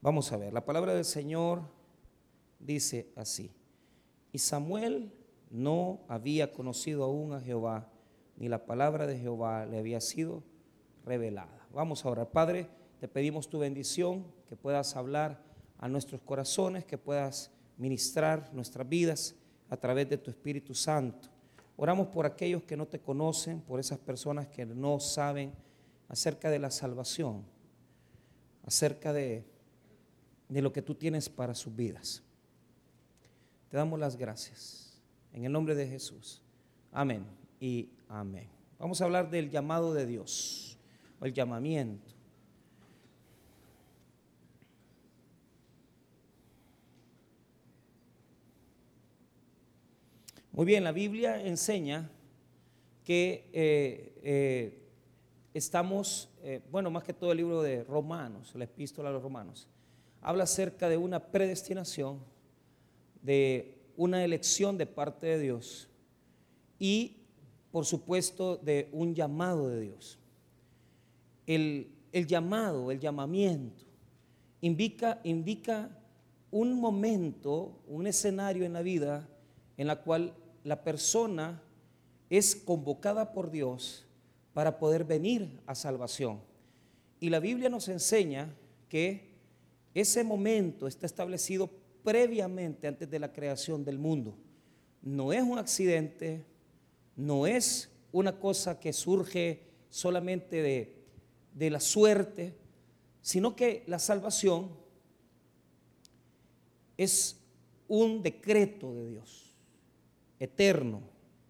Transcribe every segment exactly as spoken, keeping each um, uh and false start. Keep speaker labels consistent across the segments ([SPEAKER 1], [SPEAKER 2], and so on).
[SPEAKER 1] Vamos a ver, la palabra del Señor dice así: y Samuel no había conocido aún a Jehová, ni la palabra de Jehová le había sido revelada. Vamos a orar. Padre, te pedimos tu bendición, que puedas hablar a nuestros corazones, que puedas ministrar nuestras vidas a través de tu Espíritu Santo. Oramos por aquellos que no te conocen, por esas personas que no saben acerca de la salvación, acerca de, de lo que tú tienes para sus vidas. Te damos las gracias en el nombre de Jesús. Amén y amén. Vamos a hablar del llamado de Dios, o el llamamiento. Muy bien, la Biblia enseña que eh, eh, estamos, eh, bueno, más que todo el libro de Romanos, la epístola a los Romanos, habla acerca de una predestinación, de una elección de parte de Dios y, por supuesto, de un llamado de Dios. El, el llamado, el llamamiento, indica, indica un momento, un escenario en la vida en la cual la persona es convocada por Dios para poder venir a salvación. Y la Biblia nos enseña que ese momento está establecido previamente, antes de la creación del mundo. No es un accidente, no es una cosa que surge solamente de, de la suerte, sino que la salvación es un decreto de Dios, eterno,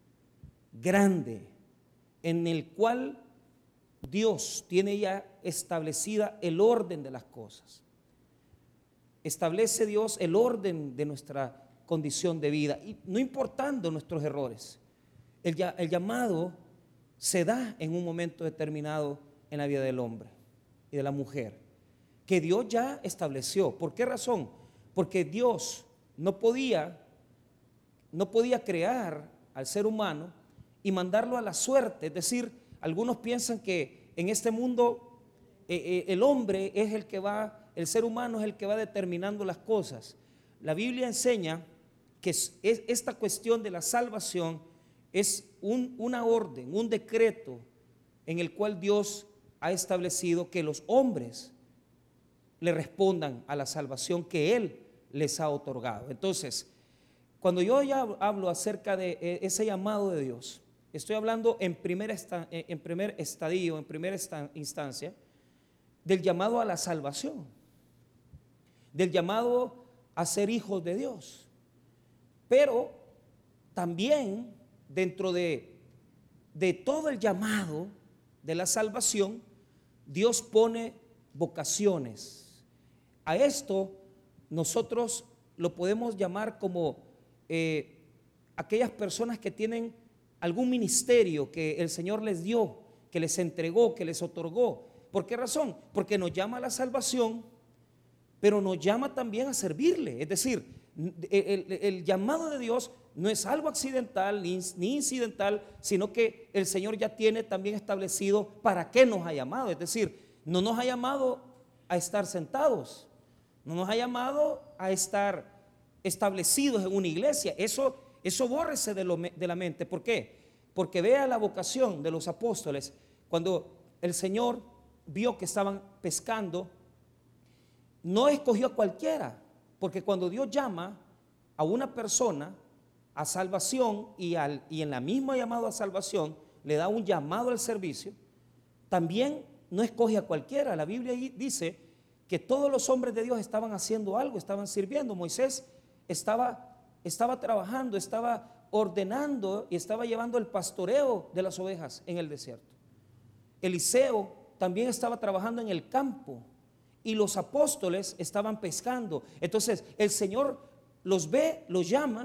[SPEAKER 1] grande, en el cual Dios tiene ya establecida el orden de las cosas. Establece Dios el orden de nuestra condición de vida, y no importando nuestros errores. El, el llamado se da en un momento determinado en la vida del hombre y de la mujer, que Dios ya estableció. ¿Por qué razón? Porque Dios no podía no podía crear al ser humano y mandarlo a la suerte. Es decir, algunos piensan que en este mundo eh, eh, el hombre es el que va, el ser humano es el que va determinando las cosas. La Biblia enseña que es, es, esta cuestión de la salvación es un, una orden, un decreto en el cual Dios ha establecido que los hombres le respondan a la salvación que Él les ha otorgado. Entonces, cuando yo ya hablo acerca de ese llamado de Dios, estoy hablando en primer, esta, en primer estadio, en primera instancia, del llamado a la salvación, del llamado a ser hijos de Dios. Pero también dentro de, de todo el llamado de la salvación, Dios pone vocaciones. A esto nosotros lo podemos llamar como Eh, aquellas personas que tienen algún ministerio que el Señor les dio, que les entregó, que les otorgó. ¿Por qué razón? Porque nos llama a la salvación, pero nos llama también a servirle. Es decir, el, el, el llamado de Dios no es algo accidental ni, ni incidental, sino que el Señor ya tiene también establecido para qué nos ha llamado. Es decir, no nos ha llamado a estar sentados, no nos ha llamado a estar establecidos en una iglesia. Eso, eso bórrese de, lo, de la mente. ¿Por qué? Porque vea la vocación de los apóstoles. Cuando el Señor vio que estaban pescando, no escogió a cualquiera, porque cuando Dios llama a una persona a salvación y, al, y en la misma llamado a salvación le da un llamado al servicio, también no escoge a cualquiera. La Biblia dice que todos los hombres de Dios estaban haciendo algo, estaban sirviendo. Moisés Estaba, estaba trabajando, estaba ordenando y estaba llevando el pastoreo de las ovejas en el desierto. Eliseo también estaba trabajando en el campo y los apóstoles estaban pescando. Entonces el Señor los ve, los llama,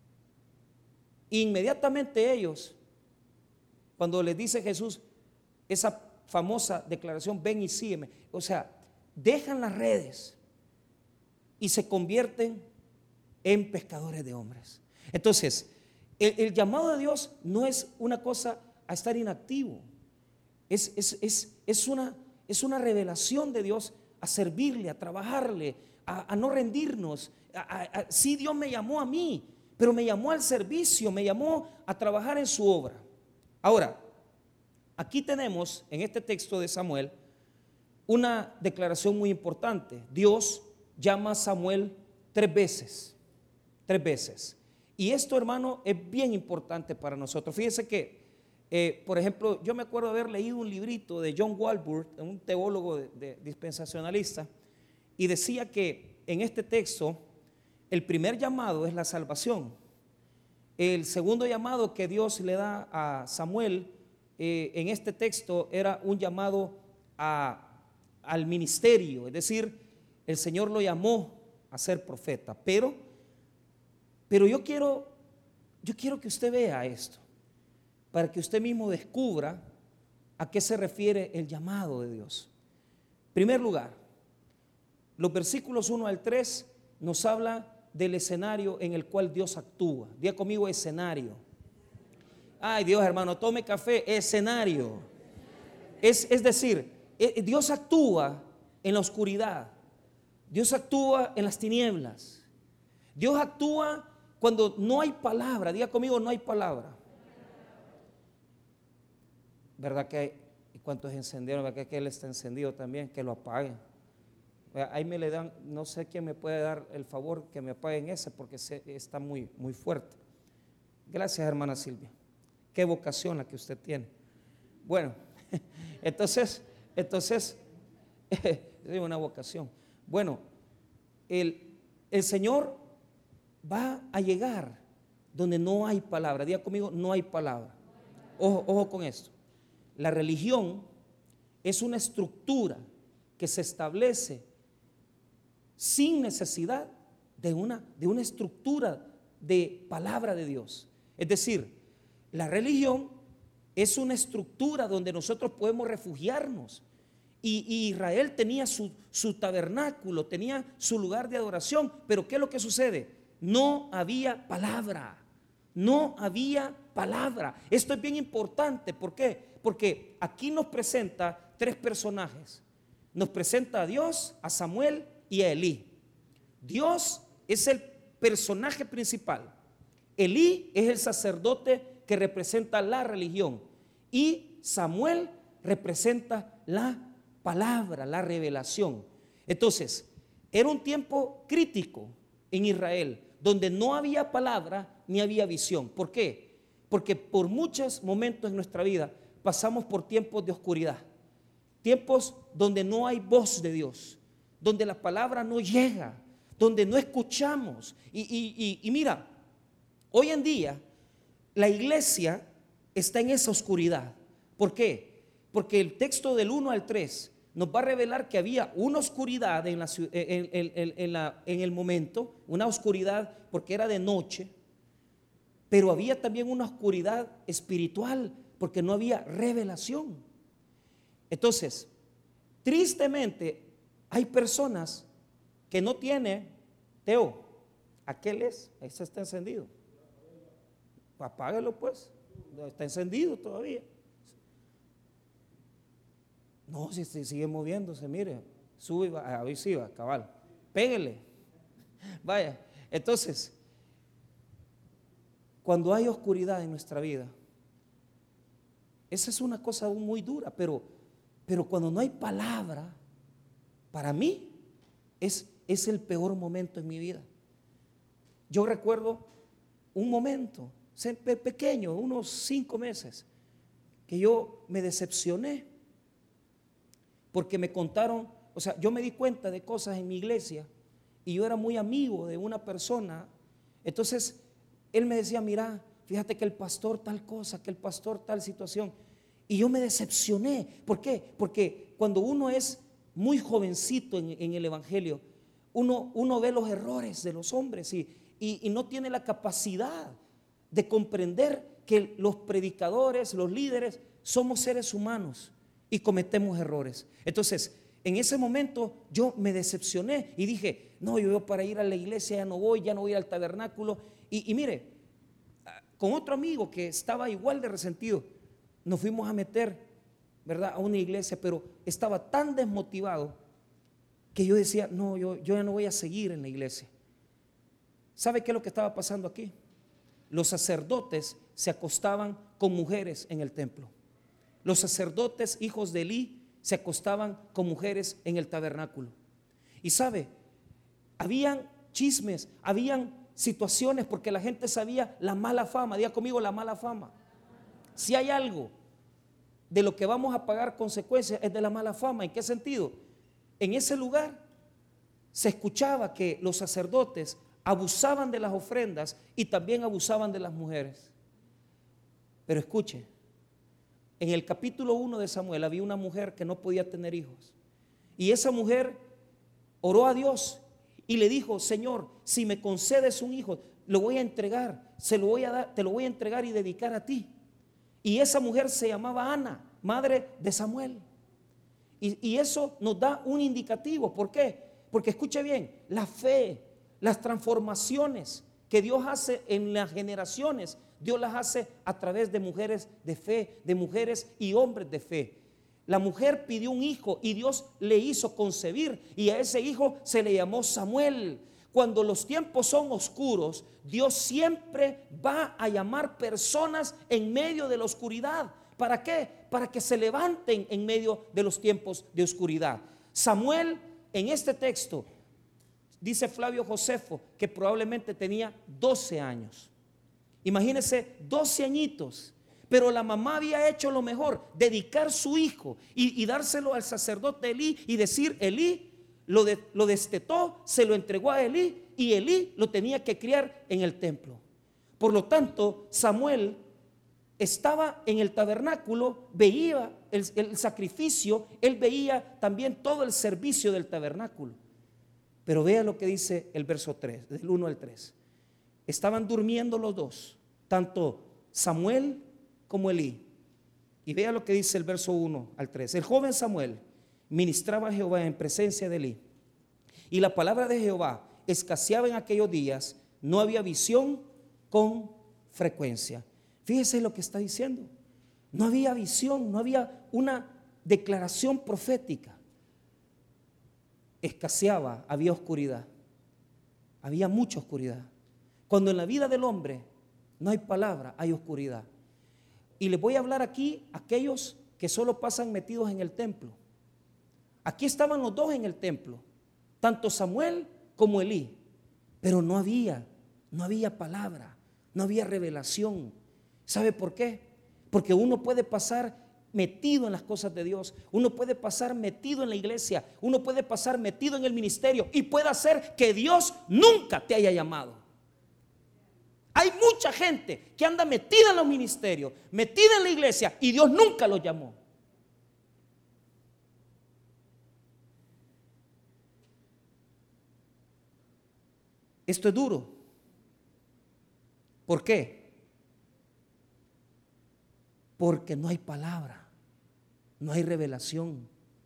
[SPEAKER 1] e inmediatamente ellos, cuando les dice Jesús esa famosa declaración, ven y sígueme, o sea, dejan las redes y se convierten en pescadores de hombres. Entonces, el, el llamado de Dios no es una cosa a estar inactivo, es, es, es, es, una, es una revelación de Dios a servirle, a trabajarle, a, a no rendirnos. A, a, a, sí, Dios me llamó a mí, pero me llamó al servicio, me llamó a trabajar en su obra. Ahora, aquí tenemos en este texto de Samuel una declaración muy importante. Dios llama a Samuel tres veces, tres veces. Y esto, hermano, es bien importante para nosotros. Fíjense que, eh, por ejemplo, yo me acuerdo haber leído un librito de John Walvoord, un teólogo de, de, dispensacionalista, y decía que en este texto el primer llamado es la salvación. El segundo llamado que Dios le da a Samuel eh, en este texto era un llamado a, al ministerio, es decir, el Señor lo llamó a ser profeta. Pero, pero yo quiero, yo quiero que usted vea esto, para que usted mismo descubra a qué se refiere el llamado de Dios. En primer lugar, los versículos uno al tres nos habla del escenario en el cual Dios actúa. Diga conmigo, escenario. Ay, Dios, hermano, tome café. Escenario. Es, es decir, Dios actúa en la oscuridad. Dios actúa en las tinieblas. Dios actúa cuando no hay palabra. Diga conmigo, no hay palabra. ¿Verdad que hay? ¿Y cuántos encendieron? ¿Verdad que él está encendido también? Que lo apaguen. Ahí me le dan, no sé quién me puede dar el favor que me apaguen ese, porque se, está muy, muy fuerte. Gracias, hermana Silvia. Qué vocación la que usted tiene. Bueno, entonces, entonces, es una vocación. Bueno, el, el Señor va a llegar donde no hay palabra. Diga conmigo, no hay palabra. Ojo, ojo con esto. La religión es una estructura que se establece sin necesidad de una, de una estructura de palabra de Dios. Es decir, la religión es una estructura donde nosotros podemos refugiarnos. Y, y Israel tenía su, su tabernáculo, tenía su lugar de adoración. Pero ¿qué es lo que sucede? No había palabra. No había palabra. Esto es bien importante. ¿Por qué? Porque aquí nos presenta tres personajes. Nos presenta a Dios, a Samuel y a Elí. Dios es el personaje principal. Elí es el sacerdote que representa la religión. Y Samuel representa la palabra, la revelación. Entonces, era un tiempo crítico en Israel, donde no había palabra ni había visión. ¿Por qué? Porque por muchos momentos en nuestra vida pasamos por tiempos de oscuridad. Tiempos donde no hay voz de Dios, donde la palabra no llega, donde no escuchamos. Y, y, y, y mira, hoy en día la iglesia está en esa oscuridad. ¿Por qué? Porque el texto del uno al tres nos va a revelar que había una oscuridad en, la, en, en, en, la, en el momento, una oscuridad porque era de noche, pero había también una oscuridad espiritual porque no había revelación. Entonces, tristemente, hay personas que no tienen, Teo, aquel es, ese está encendido. Apáguelo pues, está encendido todavía. No, si, si sigue moviéndose, mire, sube y va, ahí sí va, cabal, pégale. Vaya, entonces, cuando hay oscuridad en nuestra vida, esa es una cosa muy dura, pero, pero cuando no hay palabra, para mí es, es el peor momento en mi vida. Yo recuerdo un momento pequeño, unos cinco meses, que yo me decepcioné porque me contaron, o sea, yo me di cuenta de cosas en mi iglesia y yo era muy amigo de una persona. Entonces él me decía, mira, fíjate que el pastor tal cosa, que el pastor tal situación. Y yo me decepcioné. ¿Por qué? Porque cuando uno es muy jovencito en, en el evangelio, uno, uno ve los errores de los hombres y, y, y no tiene la capacidad de comprender que los predicadores, los líderes, somos seres humanos y cometemos errores. Entonces, en ese momento yo me decepcioné y dije, no, yo para ir a la iglesia ya no voy, ya no voy al tabernáculo. Y, y mire, con otro amigo que estaba igual de resentido, nos fuimos a meter, ¿verdad?, a una iglesia, pero estaba tan desmotivado que yo decía, no, yo, yo ya no voy a seguir en la iglesia. ¿Sabe qué es lo que estaba pasando aquí? Los sacerdotes se acostaban con mujeres en el templo. Los sacerdotes, hijos de Elí, se acostaban con mujeres en el tabernáculo. Y sabe, habían chismes, habían situaciones, porque la gente sabía la mala fama. Diga conmigo, la mala fama. Si hay algo de lo que vamos a pagar consecuencias, es de la mala fama. ¿En qué sentido? En ese lugar se escuchaba que los sacerdotes abusaban de las ofrendas y también abusaban de las mujeres. Pero escuche, en el capítulo uno de Samuel había una mujer que no podía tener hijos, y esa mujer oró a Dios y le dijo: Señor, si me concedes un hijo, lo voy a entregar, se lo voy a dar, te lo voy a entregar y dedicar a ti. Y esa mujer se llamaba Ana, madre de Samuel. Y, y eso nos da un indicativo. ¿Por qué? Porque escuche bien, la fe, las transformaciones que Dios hace en las generaciones, Dios las hace a través de mujeres de fe, de mujeres y hombres de fe. La mujer pidió un hijo y Dios le hizo concebir, y a ese hijo se le llamó Samuel. Cuando los tiempos son oscuros, Dios siempre va a llamar personas en medio de la oscuridad. ¿Para qué? Para que se levanten en medio de los tiempos de oscuridad. Samuel, en este texto, dice Flavio Josefo que probablemente tenía doce años. Imagínense, doce añitos. Pero la mamá había hecho lo mejor, dedicar su hijo y, y dárselo al sacerdote Elí y decir: Elí lo, de, lo destetó, se lo entregó a Elí, y Elí lo tenía que criar en el templo. Por lo tanto, Samuel estaba en el tabernáculo, veía el, el sacrificio, él veía también todo el servicio del tabernáculo. Pero vea lo que dice el verso tres, del uno al tres. Estaban durmiendo los dos, tanto Samuel como Elí. Y vea lo que dice el verso uno al tres. El joven Samuel ministraba a Jehová en presencia de Elí, y la palabra de Jehová escaseaba en aquellos días, no había visión con frecuencia. Fíjese lo que está diciendo. No había visión, no había una declaración profética. Escaseaba, había oscuridad. Había mucha oscuridad. Cuando en la vida del hombre no hay palabra, hay oscuridad. Y les voy a hablar aquí a aquellos que solo pasan metidos en el templo. Aquí estaban los dos en el templo, tanto Samuel como Elí, pero no había, no había palabra, no había revelación. ¿Sabe por qué? Porque uno puede pasar metido en las cosas de Dios, uno puede pasar metido en la iglesia, uno puede pasar metido en el ministerio, y puede hacer que Dios nunca te haya llamado. Hay mucha gente que anda metida en los ministerios, metida en la iglesia, y Dios nunca los llamó. Esto es duro. ¿Por qué? Porque no hay palabra, no hay revelación.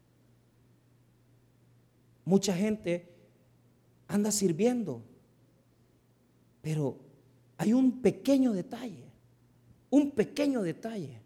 [SPEAKER 1] Mucha gente anda sirviendo, pero hay un pequeño detalle, un pequeño detalle,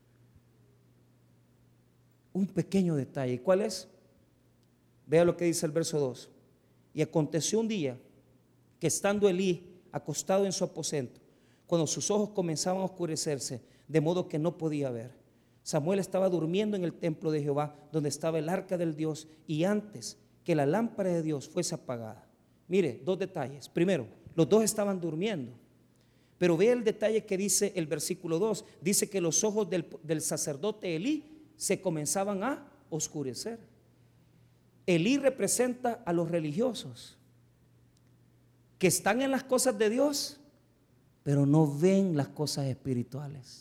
[SPEAKER 1] un pequeño detalle. ¿Cuál es? Vea lo que dice el verso dos. Y aconteció un día que, estando Elí acostado en su aposento, cuando sus ojos comenzaban a oscurecerse, de modo que no podía ver, Samuel estaba durmiendo en el templo de Jehová, donde estaba el arca del Dios, y antes que la lámpara de Dios fuese apagada. Mire, dos detalles. Primero, los dos estaban durmiendo. Pero ve el detalle que dice el versículo dos. Dice que los ojos del, del sacerdote Elí se comenzaban a oscurecer. Elí representa a los religiosos que están en las cosas de Dios, pero no ven las cosas espirituales.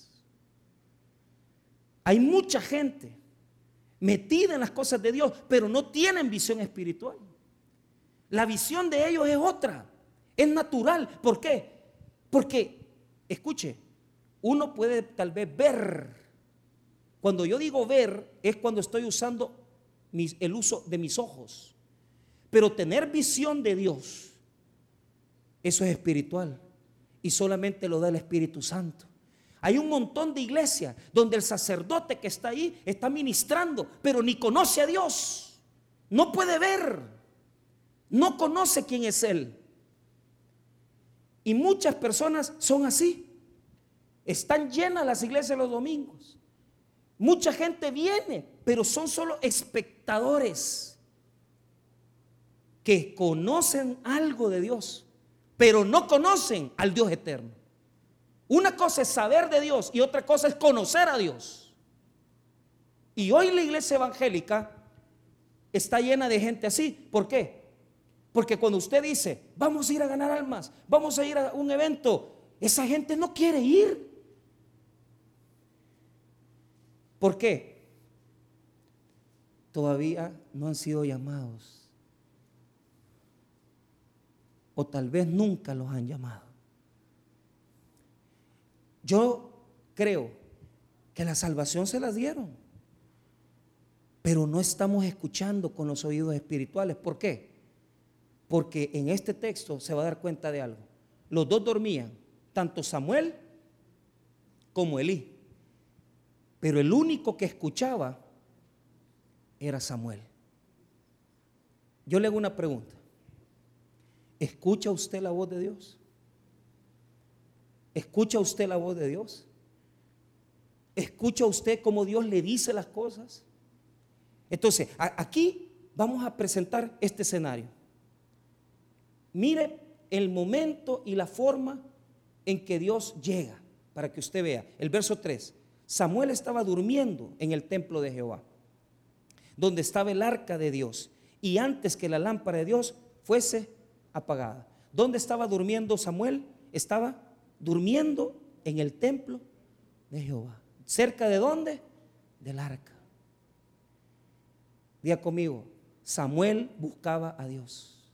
[SPEAKER 1] Hay mucha gente metida en las cosas de Dios, pero no tienen visión espiritual. La visión de ellos es otra, es natural. ¿Por qué? Porque, escuche, uno puede tal vez ver. Cuando yo digo ver, es cuando estoy usando mis, el uso de mis ojos. Pero tener visión de Dios, eso es espiritual, y solamente lo da el Espíritu Santo. Hay un montón de iglesias donde el sacerdote que está ahí está ministrando, pero ni conoce a Dios. no puede ver, no conoce quién es Él. Y muchas personas son así. Están llenas las iglesias los domingos. Mucha gente viene, pero son solo espectadores que conocen algo de Dios, pero no conocen al Dios eterno. Una cosa es saber de Dios y otra cosa es conocer a Dios. Y hoy la iglesia evangélica está llena de gente así. ¿Por qué? Porque cuando usted dice, vamos a ir a ganar almas, vamos a ir a un evento, esa gente no quiere ir. ¿Por qué? Todavía no han sido llamados. O tal vez nunca los han llamado. Yo creo que la salvación se la dieron, pero no estamos escuchando con los oídos espirituales. ¿Por qué? Porque en este texto se va a dar cuenta de algo. Los dos dormían, tanto Samuel como Elí, pero el único que escuchaba era Samuel. Yo le hago una pregunta: ¿escucha usted la voz de Dios? ¿Escucha usted la voz de Dios? ¿Escucha usted cómo Dios le dice las cosas? Entonces, a, aquí vamos a presentar este escenario. Mire el momento y la forma en que Dios llega, para que usted vea. El verso tres. Samuel estaba durmiendo en el templo de Jehová, donde estaba el arca de Dios, y antes que la lámpara de Dios fuese apagada. ¿Dónde estaba durmiendo Samuel? Estaba durmiendo en el templo de Jehová. ¿Cerca de dónde? Del arca. Diga conmigo, Samuel buscaba a Dios.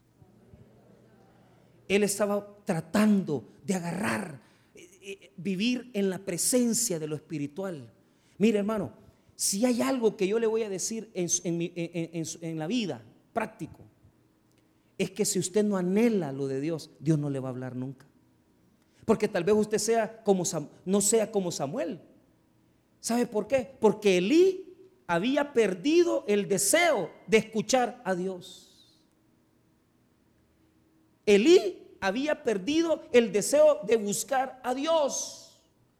[SPEAKER 1] Él estaba tratando de agarrar, eh, vivir en la presencia de lo espiritual. Mire, hermano, si hay algo que yo le voy a decir en, en, en, en, en la vida práctico, es que si usted no anhela lo de Dios, Dios no le va a hablar nunca. Porque tal vez usted sea como, no sea como Samuel. ¿Sabe por qué? Porque Elí había perdido el deseo de escuchar a Dios. Elí había perdido el deseo de buscar a Dios.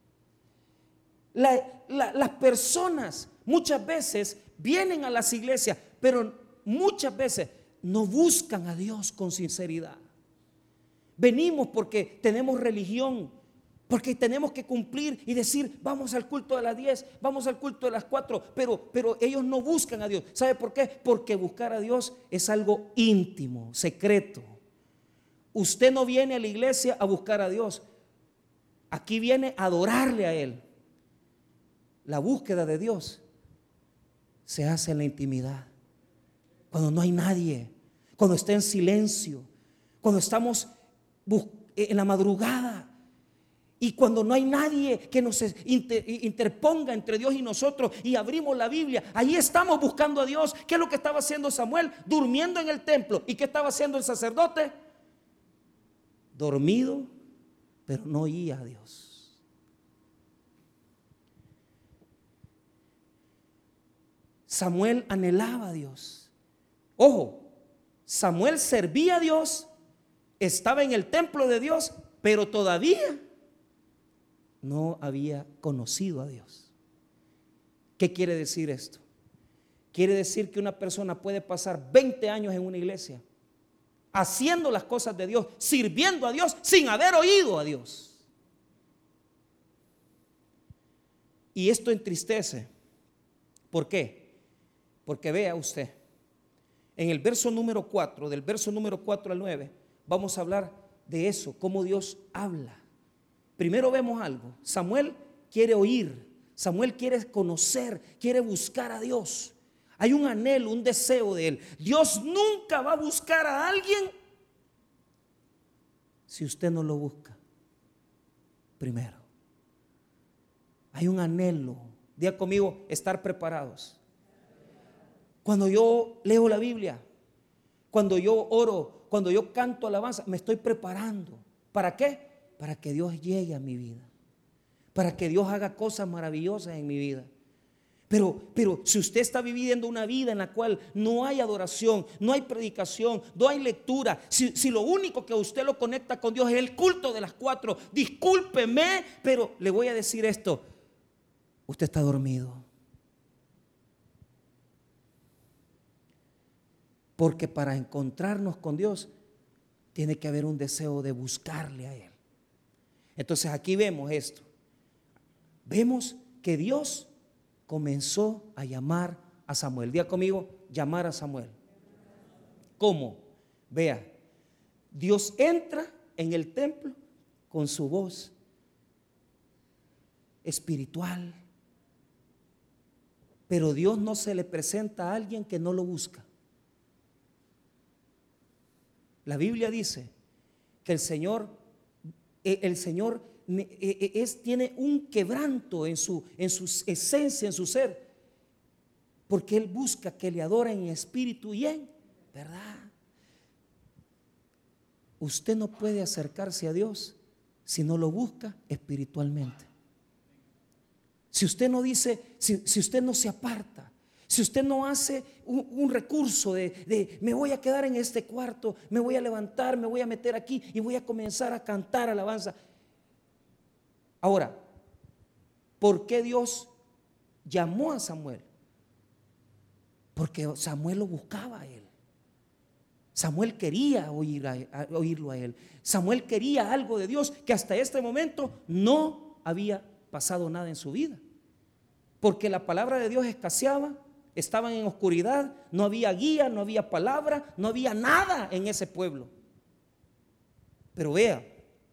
[SPEAKER 1] La, la, las personas muchas veces vienen a las iglesias, pero muchas veces no buscan a Dios con sinceridad. Venimos porque tenemos religión, porque tenemos que cumplir y decir, vamos al culto de las diez, vamos al culto de las cuatro, pero, pero ellos no buscan a Dios. ¿Sabe por qué? Porque buscar a Dios es algo íntimo, secreto. Usted no viene a la iglesia a buscar a Dios, aquí viene a adorarle a Él. La búsqueda de Dios se hace en la intimidad, cuando no hay nadie, cuando está en silencio, cuando estamos en la madrugada y cuando no hay nadie que nos inter, interponga entre Dios y nosotros, y abrimos la Biblia, ahí estamos buscando a Dios. ¿Qué es lo que estaba haciendo Samuel? Durmiendo en el templo. ¿Y qué estaba haciendo el sacerdote? Dormido, pero no oía a Dios. Samuel anhelaba a Dios. Ojo, Samuel servía a Dios, estaba en el templo de Dios, pero todavía no había conocido a Dios. ¿Qué quiere decir esto? Quiere decir que una persona puede pasar veinte años en una iglesia haciendo las cosas de Dios, sirviendo a Dios sin haber oído a Dios. Y esto entristece. ¿Por qué? Porque vea usted, en el verso número cuatro, del verso número cuatro al nueve, vamos a hablar de eso, cómo Dios habla. Primero vemos algo. Samuel quiere oír, Samuel quiere conocer, quiere buscar a Dios. Hay un anhelo, un deseo de él. Dios nunca va a buscar a alguien si usted no lo busca primero. Hay un anhelo. Diga conmigo, estar preparados. Cuando yo leo la Biblia, cuando yo oro, cuando yo canto alabanza, me estoy preparando. ¿Para qué? Para que Dios llegue a mi vida, para que Dios haga cosas maravillosas en mi vida. Pero, pero si usted está viviendo una vida en la cual no hay adoración, no hay predicación, no hay lectura, si, si lo único que usted lo conecta con Dios es el culto de las cuatro, discúlpeme, pero le voy a decir esto: usted está dormido. Porque para encontrarnos con Dios tiene que haber un deseo de buscarle a Él. Entonces aquí vemos esto. Vemos que Dios comenzó a llamar a Samuel. Diga conmigo: llamar a Samuel. ¿Cómo? Vea, Dios entra en el templo con su voz espiritual, pero Dios no se le presenta a alguien que no lo busca. La Biblia dice que el Señor, el Señor es, tiene un quebranto en su, en su esencia, en su ser, porque Él busca que le adoren en espíritu y en verdad. Usted no puede acercarse a Dios si no lo busca espiritualmente. Si usted no dice, si, si usted no se aparta, si usted no hace un, un recurso de, de me voy a quedar en este cuarto, me voy a levantar, me voy a meter aquí y voy a comenzar a cantar alabanza. Ahora, ¿por qué Dios llamó a Samuel? Porque Samuel lo buscaba a él. Samuel quería oír a, a, oírlo a él. Samuel quería algo de Dios que hasta este momento no había pasado nada en su vida. Porque la palabra de Dios escaseaba, estaban en oscuridad, no había guía, no había palabra, no había nada en ese pueblo. Pero vea,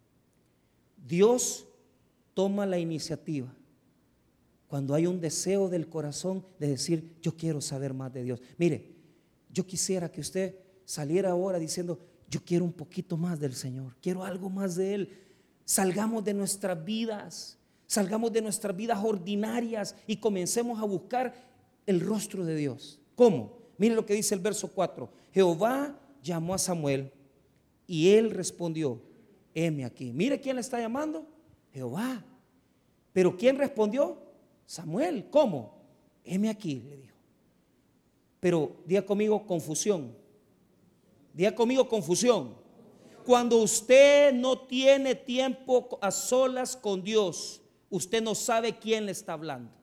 [SPEAKER 1] Dios toma la iniciativa cuando hay un deseo del corazón de decir: yo quiero saber más de Dios. Mire, yo quisiera que usted saliera ahora diciendo: yo quiero un poquito más del Señor, quiero algo más de Él. Salgamos de nuestras vidas, salgamos de nuestras vidas ordinarias y comencemos a buscar el rostro de Dios. ¿Cómo? Mire lo que dice el verso cuatro. Jehová llamó a Samuel y él respondió: heme aquí. Mire quién le está llamando: Jehová. Pero ¿quién respondió? Samuel. ¿Cómo? Heme aquí, le dijo. Pero diga conmigo: confusión. Diga conmigo: confusión. Cuando usted no tiene tiempo a solas con Dios, usted no sabe quién le está hablando.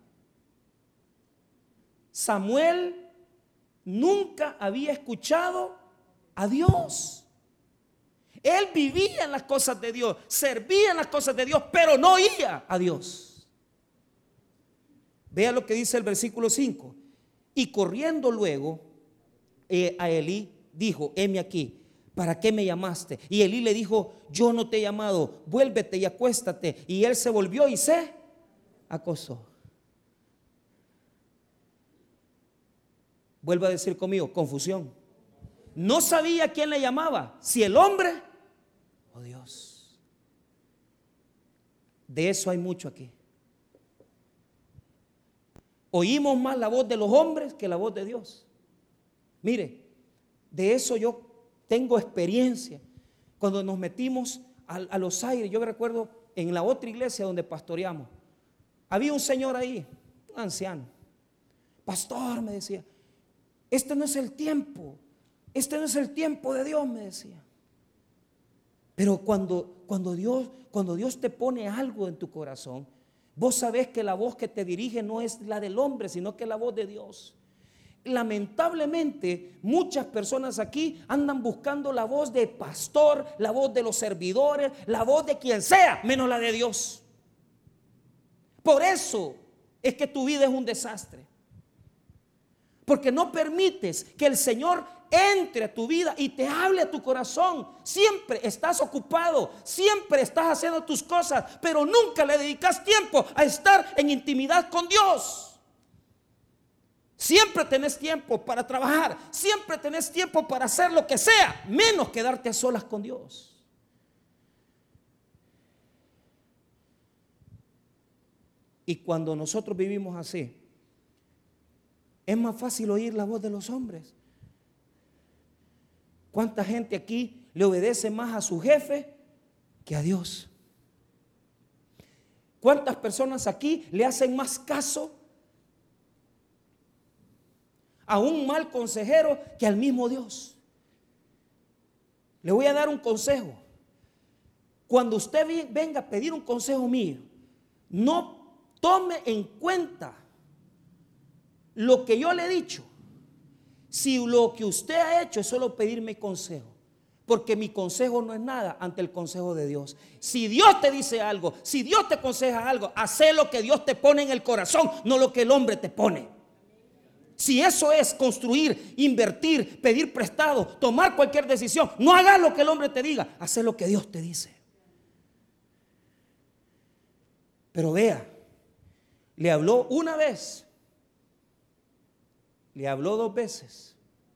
[SPEAKER 1] Samuel nunca había escuchado a Dios. Él vivía en las cosas de Dios, servía en las cosas de Dios, pero no oía a Dios. Vea lo que dice el versículo cinco. Y corriendo luego eh, a Elí dijo: heme aquí, ¿para qué me llamaste? Y Elí le dijo: yo no te he llamado, vuélvete y acuéstate. Y él se volvió y se acostó. Vuelva a decir conmigo: confusión. No sabía quién le llamaba, si el hombre o Dios. De eso hay mucho aquí. Oímos más la voz de los hombres que la voz de Dios. Mire, de eso yo tengo experiencia. Cuando nos metimos a, a los aires, yo me recuerdo en la otra iglesia donde pastoreamos, había un señor ahí, un anciano. Pastor, me decía, este no es el tiempo, este no es el tiempo de Dios, me decía. Pero cuando, cuando, Dios, cuando Dios te pone algo en tu corazón, vos sabés que la voz que te dirige no es la del hombre, sino que es la voz de Dios. Lamentablemente, muchas personas aquí andan buscando la voz del pastor, la voz de los servidores, la voz de quien sea, menos la de Dios. Por eso es que tu vida es un desastre. Porque no permites que el Señor entre a tu vida y te hable a tu corazón. Siempre estás ocupado, siempre estás haciendo tus cosas, pero nunca le dedicas tiempo a estar en intimidad con Dios. Siempre tenés tiempo para trabajar, siempre tenés tiempo para hacer lo que sea, menos quedarte a solas con Dios. Y cuando nosotros vivimos así, es más fácil oír la voz de los hombres. ¿Cuánta gente aquí le obedece más a su jefe que a Dios? ¿Cuántas personas aquí le hacen más caso a un mal consejero que al mismo Dios. Le voy a dar un consejo. Cuando usted venga a pedir un consejo mío, no tome en cuenta lo que yo le he dicho. Si lo que usted ha hecho es solo pedirme consejo, porque mi consejo no es nada ante el consejo de Dios. Si Dios te dice algo, si Dios te aconseja algo, haz lo que Dios te pone en el corazón, no lo que el hombre te pone. Si eso es construir, invertir, pedir prestado, tomar cualquier decisión, no hagas lo que el hombre te diga, haz lo que Dios te dice. Pero vea, le habló una vez, le habló dos veces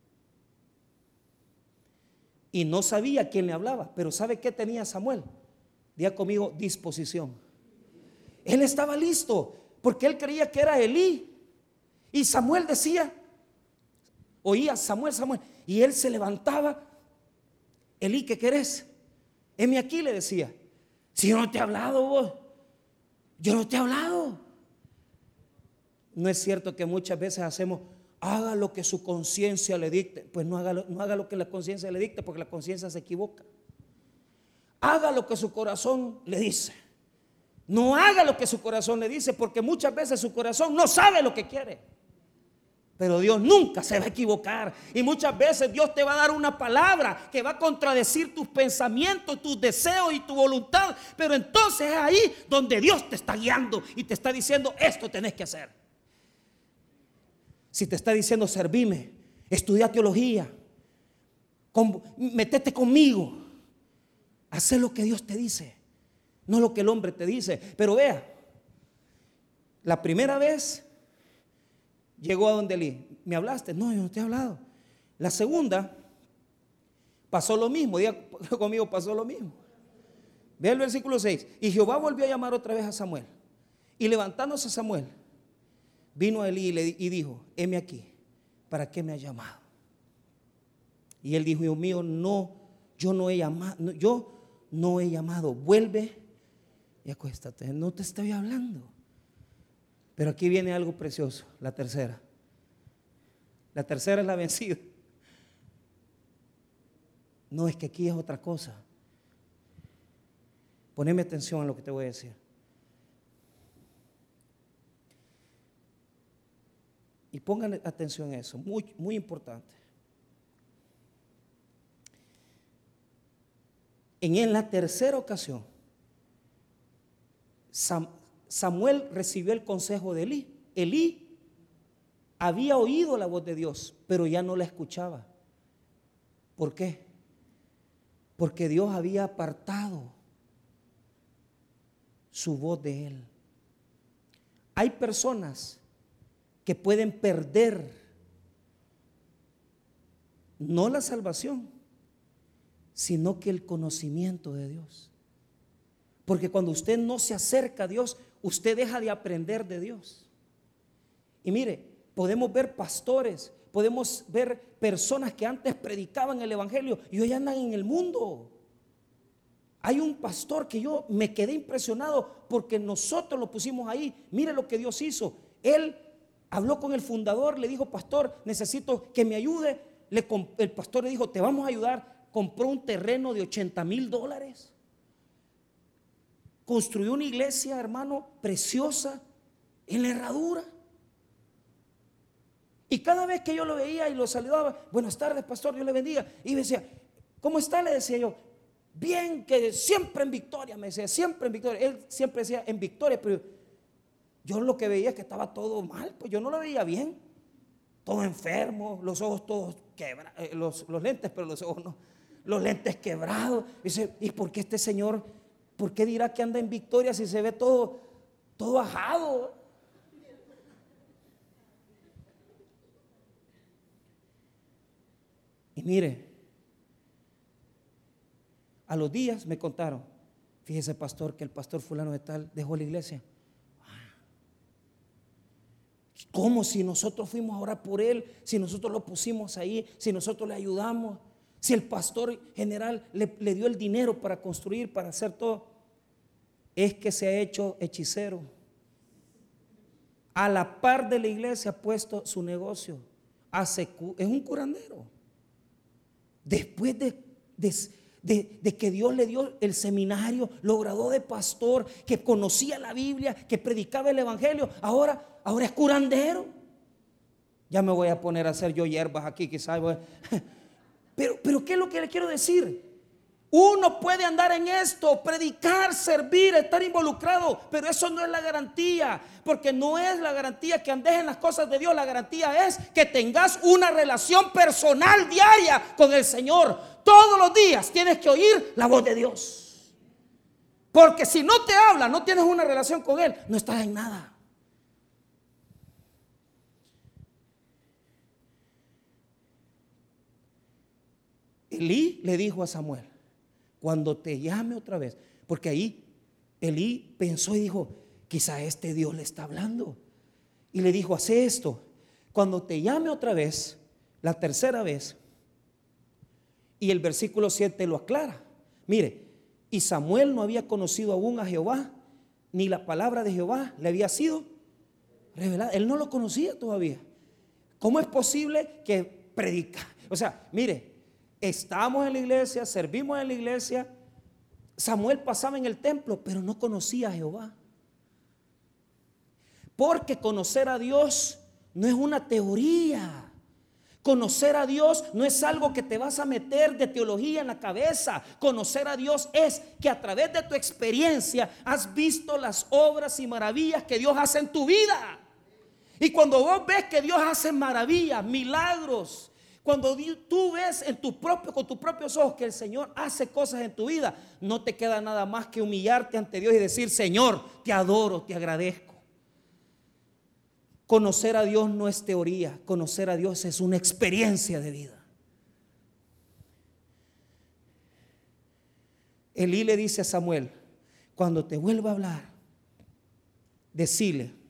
[SPEAKER 1] y no sabía quién le hablaba. Pero ¿sabe qué tenía Samuel? Diga conmigo, disposición. Él estaba listo porque él creía que era Elí. Y Samuel decía, oía Samuel, Samuel, y él se levantaba. Elí, ¿qué querés? Heme aquí, le decía. Si yo no te he hablado, vos, yo no te he hablado. No es cierto que muchas veces hacemos, haga lo que su conciencia le dicte. Pues no haga, no haga lo que la conciencia le dicte, porque la conciencia se equivoca. Haga lo que su corazón le dice. No haga lo que su corazón le dice, porque muchas veces su corazón no sabe lo que quiere. Pero Dios nunca se va a equivocar. Y muchas veces Dios te va a dar una palabra que va a contradecir tus pensamientos, tus deseos y tu voluntad. Pero entonces es ahí donde Dios te está guiando y te está diciendo, esto tenés que hacer. Si te está diciendo, servime, estudia teología, con, metete conmigo, haz lo que Dios te dice, no lo que el hombre te dice. Pero vea, la primera vez llegó a donde Elí, ¿me hablaste? No, yo no te he hablado. La segunda pasó lo mismo, diga conmigo, pasó lo mismo. Vea el versículo seis. Y Jehová volvió a llamar otra vez a Samuel. Y levantándose Samuel, vino a Elí y, le, y dijo, heme aquí, ¿para qué me has llamado? Y él dijo, Dios mío, no, yo no he llamado, no, yo no he llamado, vuelve y acuéstate, no te estoy hablando. Pero aquí viene algo precioso, la tercera. La tercera es la vencida. No, es que aquí es otra cosa. Poneme atención a lo que te voy a decir. Y pongan atención a eso, muy, muy importante. En, en la tercera ocasión, Sam, Samuel recibió el consejo de Elí. Elí había oído la voz de Dios, pero ya no la escuchaba. ¿Por qué? Porque Dios había apartado su voz de él. Hay personas que pueden perder no la salvación, sino que el conocimiento de Dios. Porque cuando usted no se acerca a Dios, usted deja de aprender de Dios. Y mire, podemos ver pastores, podemos ver personas que antes predicaban el evangelio y hoy andan en el mundo. Hay un pastor que yo me quedé impresionado porque nosotros lo pusimos ahí. Mire lo que Dios hizo. Él habló con el fundador, le dijo, pastor, necesito que me ayude. Le, el pastor le dijo, te vamos a ayudar. Compró un terreno de ochenta mil dólares. Construyó una iglesia, hermano, preciosa en la herradura. Y cada vez que yo lo veía y lo saludaba, buenas tardes, pastor, Dios le bendiga. Y me decía, ¿cómo está? Le decía yo, bien, que siempre en victoria, me decía, siempre en victoria. Él siempre decía en victoria, pero yo lo que veía es que estaba todo mal, pues yo no lo veía bien. Todo enfermo, los ojos todos quebrados, eh, los, los lentes, pero los ojos no, los lentes quebrados. Dice, ¿y por qué este señor, por qué dirá que anda en victoria si se ve todo, todo ajado? Y mire, a los días me contaron, fíjese pastor, que el pastor fulano de tal dejó la iglesia. ¿Cómo? Si nosotros fuimos a orar por él, si nosotros lo pusimos ahí, si nosotros le ayudamos, si el pastor general le, le dio el dinero para construir, para hacer todo. Es que se ha hecho hechicero. A la par de la iglesia ha puesto su negocio. hace, es un curandero. Después de, de, de, de que Dios le dio el seminario, lo graduó de pastor, que conocía la Biblia, que predicaba el evangelio, ahora, ahora es curandero. Ya me voy a poner a hacer yo hierbas aquí, quizás. Pero, pero ¿qué es lo que le quiero decir? Uno puede andar en esto, predicar, servir, estar involucrado, pero eso no es la garantía, porque no es la garantía que andes en las cosas de Dios. La garantía es que tengas una relación personal diaria con el Señor. Todos los días tienes que oír la voz de Dios, porque si no te habla, no tienes una relación con Él, no estás en nada. Elí le dijo a Samuel: cuando te llame otra vez, porque ahí Elí pensó y dijo: quizá este Dios le está hablando, y le dijo: hace esto, cuando te llame otra vez, la tercera vez. Y el versículo siete lo aclara. Mire, y Samuel no había conocido aún a Jehová, ni la palabra de Jehová le había sido revelada. Él no lo conocía todavía. ¿Cómo es posible que predica? O sea, mire, estamos en la iglesia, servimos en la iglesia. Samuel pasaba en el templo, pero no conocía a Jehová. Porque conocer a Dios no es una teoría. Conocer a Dios no es algo que te vas a meter de teología en la cabeza. Conocer a Dios es que a través de tu experiencia has visto las obras y maravillas que Dios hace en tu vida. Y cuando vos ves que Dios hace maravillas, milagros, cuando tú ves en tu propio, con tus propios ojos que el Señor hace cosas en tu vida, no te queda nada más que humillarte ante Dios y decir: Señor, te adoro, te agradezco. Conocer a Dios no es teoría, conocer a Dios es una experiencia de vida. Elí le dice a Samuel: cuando te vuelva a hablar, decile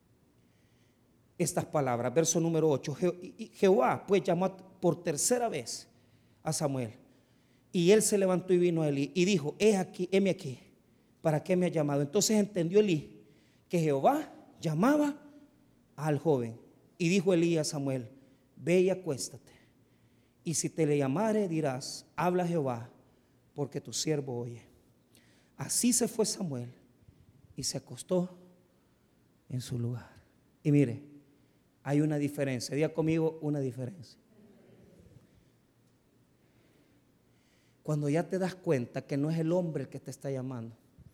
[SPEAKER 1] estas palabras. Verso número ocho. Je- Jehová pues llamó por tercera vez a Samuel, y él se levantó y vino a Elí y dijo: he aquí, heme aquí, ¿para qué me ha llamado? Entonces entendió Elí que Jehová llamaba al joven, y dijo Elí a Samuel: ve y acuéstate, y si te le llamare dirás: habla Jehová, porque tu siervo oye. Así se fue Samuel y se acostó en su lugar. Y mire, hay una diferencia. Diga conmigo: una diferencia. Cuando ya te das cuenta que no es el hombre el que te está llamando.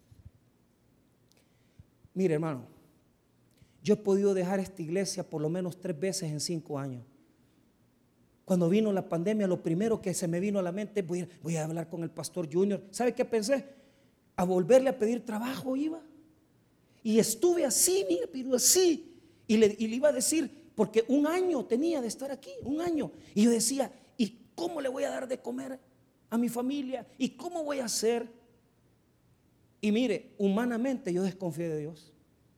[SPEAKER 1] Mire, hermano, yo he podido dejar esta iglesia por lo menos tres veces en cinco años. Cuando vino la pandemia, lo primero que se me vino a la mente: voy a, voy a hablar con el pastor Junior. ¿Sabe qué pensé? A volverle a pedir trabajo iba. Y estuve así, mire, pero así. Y le, y le iba a decir, porque un año tenía de estar aquí, un año. Y yo decía: ¿y cómo le voy a dar de comer a mi familia? ¿Y cómo voy a hacer? Y mire, humanamente yo desconfié de Dios.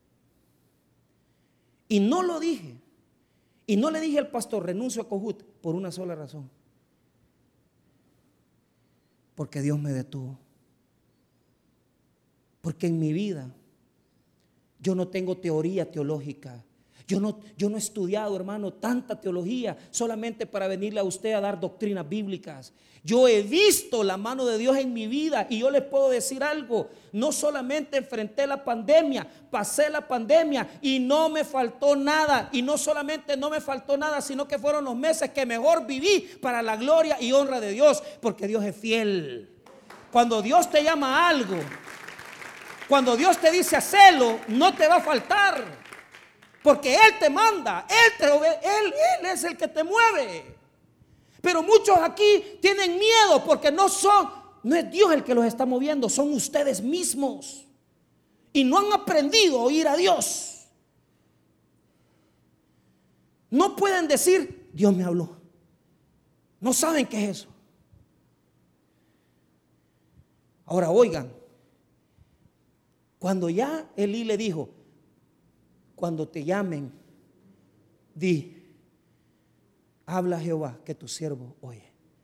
[SPEAKER 1] Y no lo dije. Y no le dije al pastor: renuncio a Cojut, por una sola razón: porque Dios me detuvo. Porque en mi vida yo no tengo teoría teológica. Yo no, yo no he estudiado, hermano, tanta teología solamente para venirle a usted a dar doctrinas bíblicas. Yo he visto la mano de Dios en mi vida, y yo le puedo decir algo: no solamente enfrenté la pandemia, pasé la pandemia y no me faltó nada. Y no solamente no me faltó nada, sino que fueron los meses que mejor viví para la gloria y honra de Dios, porque Dios es fiel. Cuando Dios te llama a algo, cuando Dios te dice hacelo, no te va a faltar. Porque Él te manda, Él, te obede- él, él es el que te mueve. Pero muchos aquí tienen miedo porque no son, no es Dios el que los está moviendo, son ustedes mismos. Y no han aprendido a oír a Dios. No pueden decir: Dios me habló. No saben qué es eso. Ahora oigan, cuando ya Elí le dijo: cuando te llamen, di: habla Jehová, que tu siervo oye.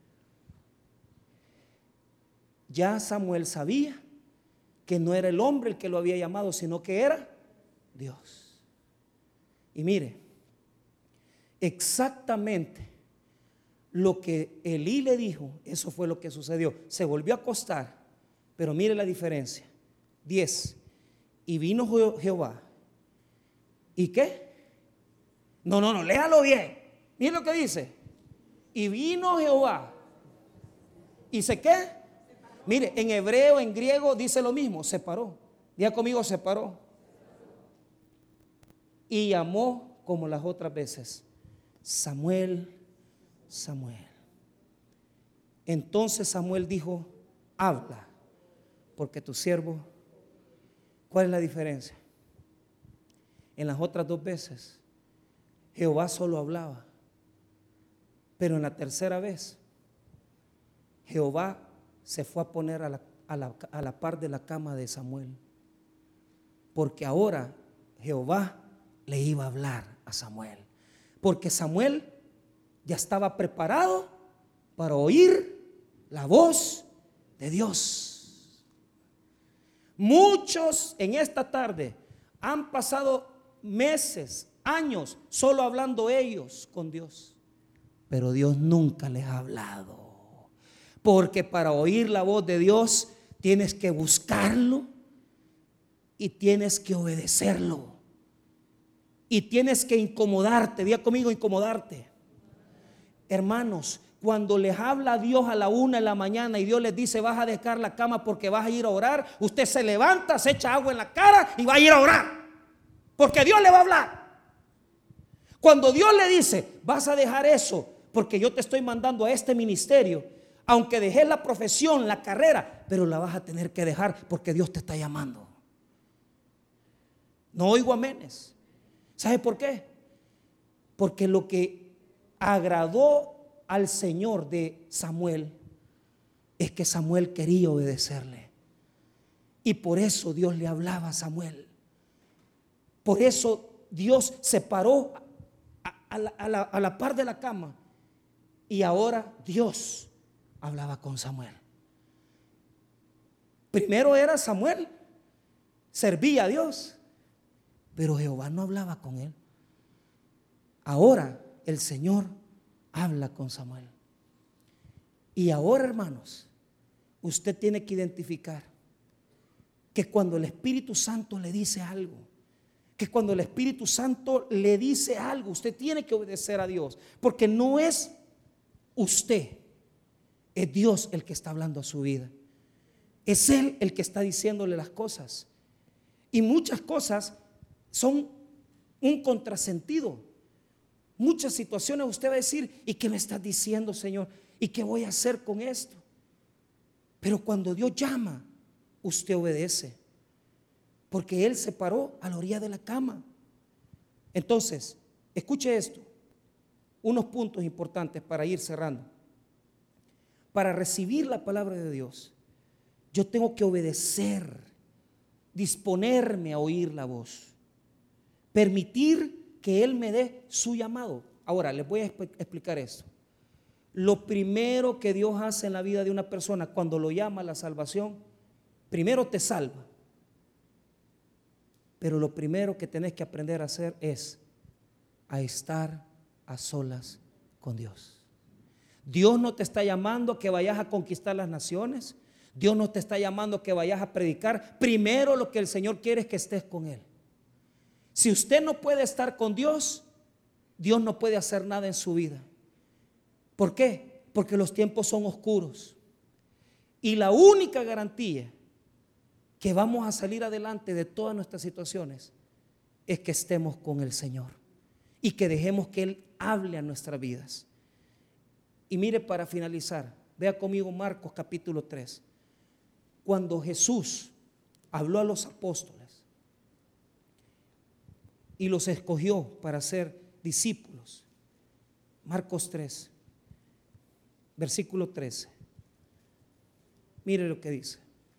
[SPEAKER 1] Ya Samuel sabía que no era el hombre el que lo había llamado, sino que era Dios. Y mire, Exactamente lo que Elí le dijo, eso fue lo que sucedió. Se volvió a acostar, pero mire la diferencia. diez. Y vino Jehová. ¿Y qué? No, no, no, léalo bien. Mire lo que dice. Y vino Jehová. ¿Y se qué? Mire, en hebreo, en griego dice lo mismo, se paró. Diga conmigo, se paró. Y llamó como las otras veces, Samuel, Samuel. Entonces Samuel dijo, habla, porque tu siervo. ¿Cuál es la diferencia? En las otras dos veces Jehová solo hablaba, pero en la tercera vez Jehová se fue a poner a la, a la, a la par de la cama de Samuel, porque ahora Jehová le iba a hablar a Samuel, porque Samuel ya estaba preparado para oír la voz de Dios. Muchos en esta tarde han pasado meses, años, solo hablando ellos con Dios, pero Dios nunca les ha hablado, porque para oír la voz de Dios tienes que buscarlo y tienes que obedecerlo y tienes que incomodarte. Diga conmigo, incomodarte. Hermanos, cuando les habla Dios a la una de la mañana y Dios les dice vas a dejar la cama porque vas a ir a orar, usted se levanta, se echa agua en la cara y va a ir a orar, porque Dios le va a hablar. Cuando Dios le dice vas a dejar eso porque yo te estoy mandando a este ministerio, aunque dejes la profesión, la carrera, pero la vas a tener que dejar porque Dios te está llamando. No oigo amenes. ¿Sabe por qué? Porque lo que agradó al Señor de Samuel es que Samuel quería obedecerle, y por eso Dios le hablaba a Samuel. Por eso Dios se paró a, a, la, a, la, a la par de la cama, y ahora Dios hablaba con Samuel. Primero era Samuel, servía a Dios, pero Jehová no hablaba con él. Ahora el Señor habla con Samuel. Y ahora, hermanos, usted tiene que identificar que cuando el Espíritu Santo le dice algo, que cuando el Espíritu Santo le dice algo, usted tiene que obedecer a Dios, porque no es usted, es Dios el que está hablando a su vida. Es Él el que está diciéndole las cosas. Y muchas cosas son un contrasentido. Muchas situaciones usted va a decir, ¿y qué me estás diciendo, Señor? ¿Y qué voy a hacer con esto? Pero cuando Dios llama, usted obedece, porque Él se paró a la orilla de la cama. Entonces, escuche esto, unos puntos importantes para ir cerrando. Para recibir la palabra de Dios, yo tengo que obedecer, disponerme a oír la voz, permitir que Él me dé su llamado. Ahora les voy a explicar esto. Lo primero que Dios hace en la vida de una persona cuando lo llama a la salvación, primero te salva, pero lo primero que tenés que aprender a hacer es a estar a solas con Dios. Dios no te está llamando a que vayas a conquistar las naciones. Dios no te está llamando a que vayas a predicar. Primero lo que el Señor quiere es que estés con Él. Si usted no puede estar con Dios, Dios no puede hacer nada en su vida. ¿Por qué? Porque los tiempos son oscuros. Y la única garantía que vamos a salir adelante de todas nuestras situaciones es que estemos con el Señor y que dejemos que Él hable a nuestras vidas. Y mire, para finalizar, vea conmigo Marcos capítulo tres. Cuando Jesús habló a los apóstoles y los escogió para ser discípulos. Marcos tres, versículo trece. Mire lo que dice.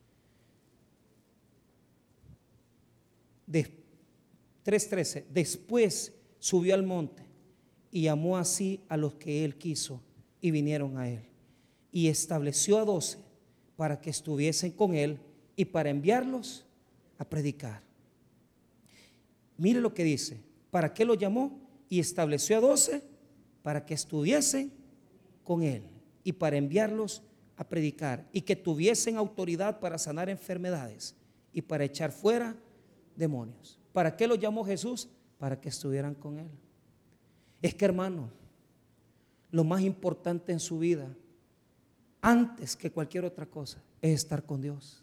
[SPEAKER 1] De, tres trece. Después subió al monte y llamó así a los que Él quiso y vinieron a Él. Y estableció a doce para que estuviesen con Él y para enviarlos a predicar. Mire lo que dice. ¿Para qué lo llamó? y estableció a doce para que estuviesen con él y para enviarlos a predicar y que tuviesen autoridad para sanar enfermedades y para echar fuera demonios. ¿Para qué los llamó Jesús? Para que estuvieran con él. Es que, hermano, lo más importante en su vida, antes que cualquier otra cosa, es estar con Dios.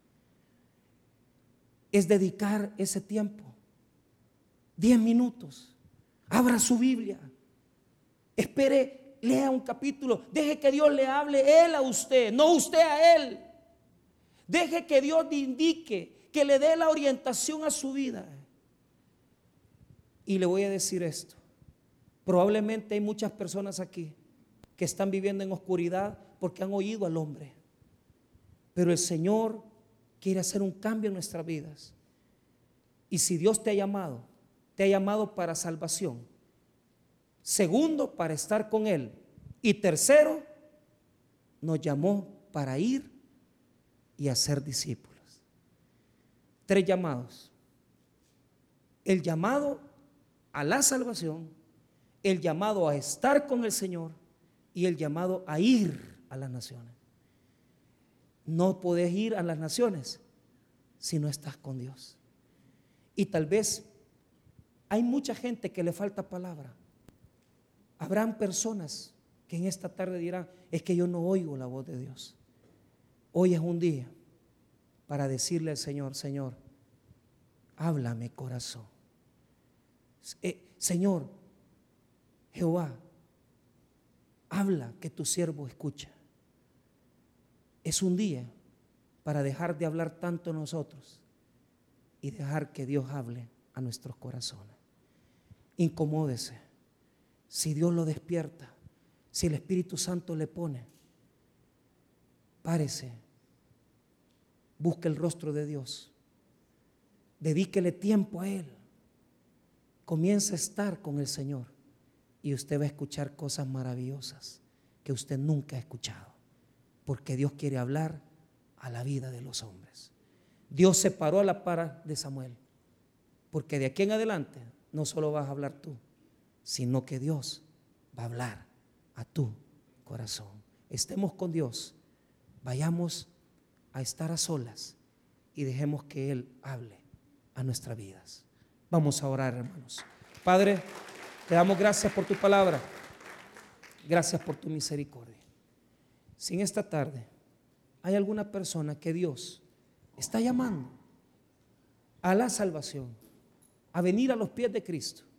[SPEAKER 1] Es dedicar ese tiempo, diez minutos. Abra su Biblia, espere, lea un capítulo, deje que Dios le hable él a usted, no usted a él. Deje que Dios le indique, que le dé la orientación a su vida. Y le voy a decir esto: probablemente hay muchas personas aquí que están viviendo en oscuridad porque han oído al hombre, pero el Señor quiere hacer un cambio en nuestras vidas. Y si Dios te ha llamado, te ha llamado para salvación. Segundo, para estar con Él. Y tercero, nos llamó para ir y hacer discípulos. Tres llamados: el llamado a la salvación, el llamado a estar con el Señor y el llamado a ir a las naciones. No podés ir a las naciones si no estás con Dios. Y tal vez hay mucha gente que le falta palabra. Habrán personas que en esta tarde dirán: es que yo no oigo la voz de Dios. Hoy es un día para decirle al Señor: Señor, háblame, corazón. Eh, Señor, Jehová, habla, que tu siervo escucha. Es un día para dejar de hablar tanto nosotros y dejar que Dios hable a nuestros corazones. Incomódese. Si Dios lo despierta, si el Espíritu Santo le pone, párese, busque el rostro de Dios, dedíquele tiempo a Él, comience a estar con el Señor y usted va a escuchar cosas maravillosas que usted nunca ha escuchado, porque Dios quiere hablar a la vida de los hombres. Dios se paró a la par de Samuel, porque de aquí en adelante no solo vas a hablar tú, sino que Dios va a hablar a tu corazón. Estemos con Dios, vayamos a estar a solas y dejemos que Él hable a nuestras vidas. Vamos a orar, hermanos. Padre, te damos gracias por tu palabra, gracias por tu misericordia. Si en esta tarde hay alguna persona que Dios está llamando a la salvación, a venir a los pies de Cristo,